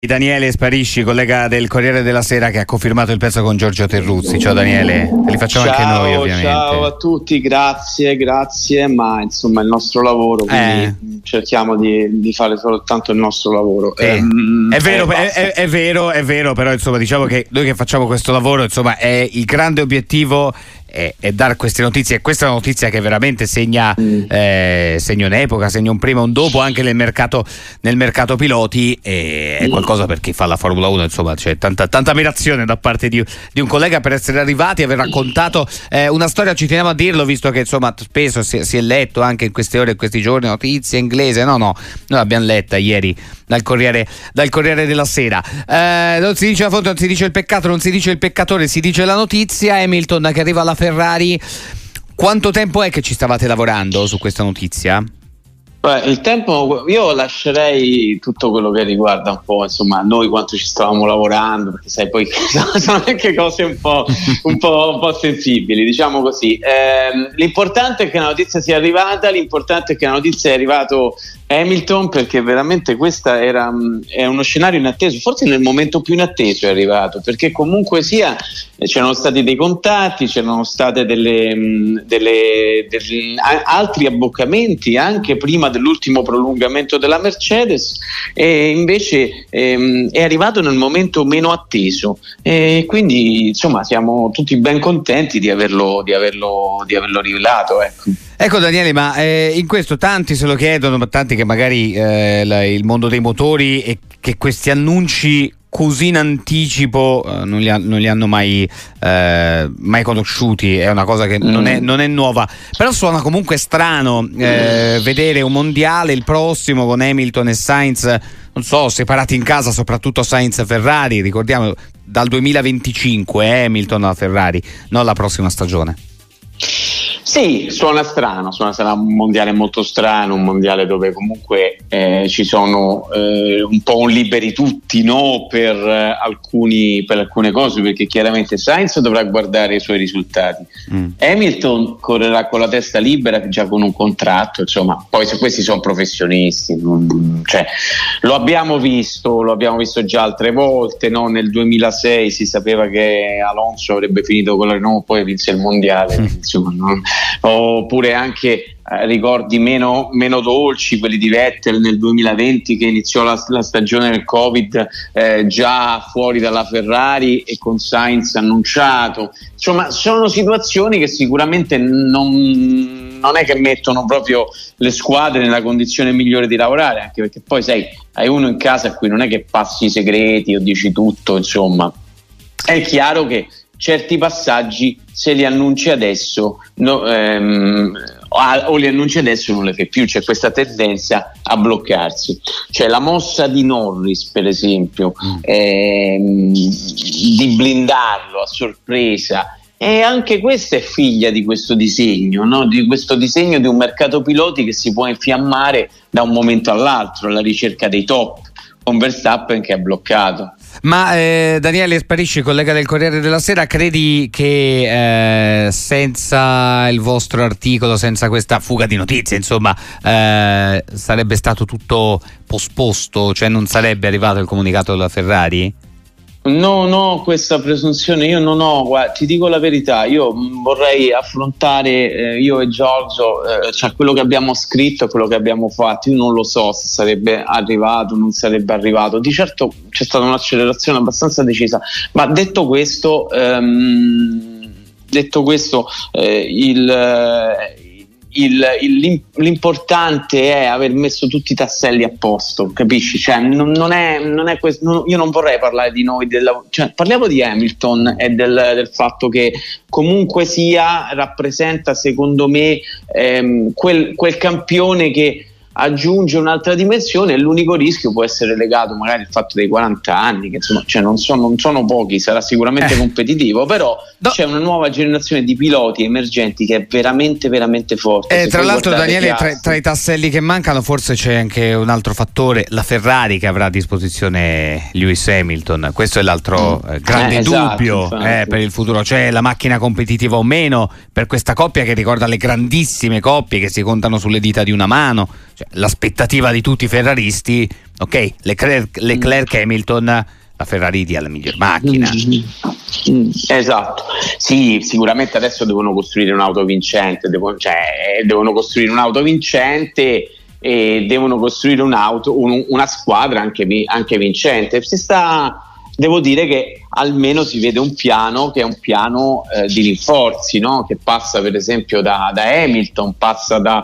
Daniele Sparisci, collega del Corriere della Sera, che ha confermato il pezzo con Giorgio Terruzzi. Ciao Daniele, te li facciamo anche noi, ovviamente. Ciao a tutti, grazie, ma insomma il nostro lavoro, quindi cerchiamo di fare soltanto il nostro lavoro. È vero, però insomma diciamo che noi che facciamo questo lavoro, insomma, è il grande obiettivo è dare queste notizie, e questa è una notizia che veramente segna un'epoca, segna un prima e un dopo anche nel mercato piloti, e è qualcosa per chi fa la Formula 1, insomma c'è tanta ammirazione da parte di un collega per essere arrivati, aver raccontato una storia. Ci teniamo a dirlo, visto che insomma spesso si è letto anche in queste ore, in questi giorni, notizie inglese, no, noi l'abbiamo letta ieri dal Corriere della Sera. Non si dice la fonte, non si dice il peccato, non si dice il peccatore, si dice la notizia. Hamilton che arriva alla Ferrari. Quanto tempo è che ci stavate lavorando su questa notizia? Il tempo, io lascerei tutto quello che riguarda un po', insomma, noi quanto ci stavamo lavorando, perché sai, poi sono anche cose un po' sensibili, diciamo così. L'importante è che la notizia sia arrivata, l'importante è che la notizia è arrivato Hamilton, perché veramente questo è uno scenario inatteso, forse nel momento più inatteso è arrivato, perché comunque sia c'erano stati dei contatti, c'erano state altri abboccamenti anche prima dell'ultimo prolungamento della Mercedes, e invece è arrivato nel momento meno atteso, e quindi insomma siamo tutti ben contenti di averlo rivelato, Ecco Daniele, ma in questo tanti se lo chiedono, ma tanti che magari il mondo dei motori e che questi annunci così in anticipo non li hanno mai conosciuti, è una cosa che non è nuova, però suona comunque strano vedere un mondiale, il prossimo, con Hamilton e Sainz, non so, separati in casa, soprattutto Sainz e Ferrari. Ricordiamo, dal 2025 Hamilton alla Ferrari, non la prossima stagione. Sì, suona strano, sarà un mondiale molto strano, un mondiale dove comunque ci sono un po' un liberi tutti, no, per alcune cose, perché chiaramente Sainz dovrà guardare i suoi risultati, Hamilton correrà con la testa libera, già con un contratto, insomma, poi se questi sono professionisti, lo abbiamo visto già altre volte, no? Nel 2006 si sapeva che Alonso avrebbe finito con la Renault, poi vinse il mondiale, insomma, no? Oppure anche ricordi meno dolci, quelli di Vettel nel 2020, che iniziò la stagione del Covid già fuori dalla Ferrari e con Sainz annunciato. Insomma, sono situazioni che sicuramente non è che mettono proprio le squadre nella condizione migliore di lavorare, anche perché poi sai, hai uno in casa a cui non è che passi i segreti o dici tutto, insomma. È chiaro che certi passaggi, se li annunci adesso o li annunci adesso non le fai più, c'è questa tendenza a bloccarsi. C'è la mossa di Norris, per esempio, di blindarlo a sorpresa, e anche questa è figlia di questo disegno, no? Di questo disegno di un mercato piloti che si può infiammare da un momento all'altro alla ricerca dei top, con Verstappen che è bloccato. Ma Daniele Sparisci, collega del Corriere della Sera, credi che senza il vostro articolo, senza questa fuga di notizie, insomma, sarebbe stato tutto posposto, cioè non sarebbe arrivato il comunicato della Ferrari? No, questa presunzione io non ho, guarda, ti dico la verità, io vorrei affrontare io e Giorgio, cioè quello che abbiamo scritto e quello che abbiamo fatto. Io non lo so se sarebbe arrivato o non sarebbe arrivato, di certo c'è stata un'accelerazione abbastanza decisa, ma detto questo l'importante è aver messo tutti i tasselli a posto, capisci? Cioè, non è questo, io non vorrei parlare di noi, parliamo di Hamilton e del fatto che comunque sia rappresenta, secondo me, quel campione che aggiunge un'altra dimensione, e l'unico rischio può essere legato magari al fatto dei 40 anni, che insomma, cioè non sono pochi, sarà sicuramente competitivo, però c'è una nuova generazione di piloti emergenti che è veramente veramente forte. Tra l'altro, Daniele, tra i tasselli che mancano forse c'è anche un altro fattore, la Ferrari, che avrà a disposizione Lewis Hamilton. Questo è l'altro grande dubbio per il futuro. C'è la macchina competitiva o meno per questa coppia, che ricorda le grandissime coppie che si contano sulle dita di una mano. cioè, l'aspettativa di tutti i ferraristi, ok, Leclerc Hamilton, la Ferrari dia la miglior macchina. Esatto, sì, sicuramente adesso devono costruire un'auto vincente, devono costruire un'auto vincente e devono costruire una squadra anche vincente. Devo dire che almeno si vede un piano che è un piano di rinforzi, no? Che passa per esempio da Hamilton, passa dal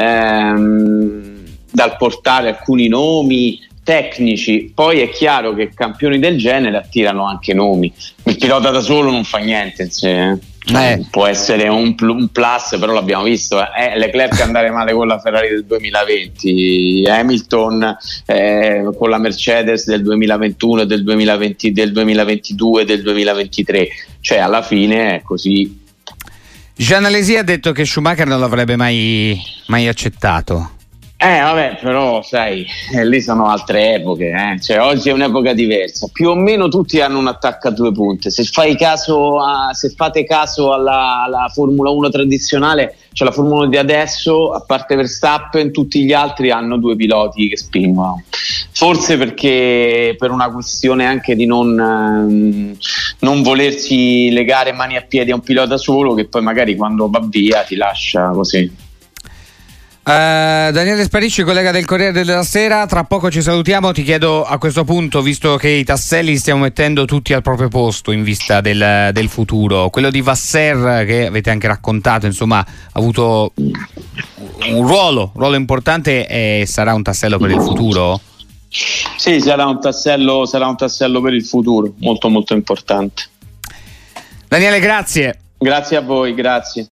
portare alcuni nomi tecnici. Poi è chiaro che campioni del genere attirano anche nomi. Il pilota da solo non fa niente in sé, può essere un plus, però l'abbiamo visto, Leclerc andare male con la Ferrari del 2020, Hamilton con la Mercedes del 2021, del 2020, del 2022, del 2023, cioè alla fine è così. Jean Alesi ha detto che Schumacher non l'avrebbe mai accettato. Vabbè, però sai, lì sono altre epoche, cioè oggi è un'epoca diversa, più o meno tutti hanno un attacco a due punte. Se fate caso alla Formula 1 tradizionale, cioè la Formula 1 di adesso, a parte Verstappen, tutti gli altri hanno due piloti che spingono, forse perché per una questione anche di non volersi legare mani a piedi a un pilota solo, che poi magari quando va via ti lascia così. Daniele Sparisci, collega del Corriere della Sera, tra poco ci salutiamo. Ti chiedo a questo punto, visto che i tasselli li stiamo mettendo tutti al proprio posto in vista del futuro, quello di Vasser, che avete anche raccontato, insomma, ha avuto un ruolo importante, e sarà un tassello per il futuro? Sì, sarà un tassello per il futuro, molto molto importante. Daniele, grazie. Grazie a voi, grazie.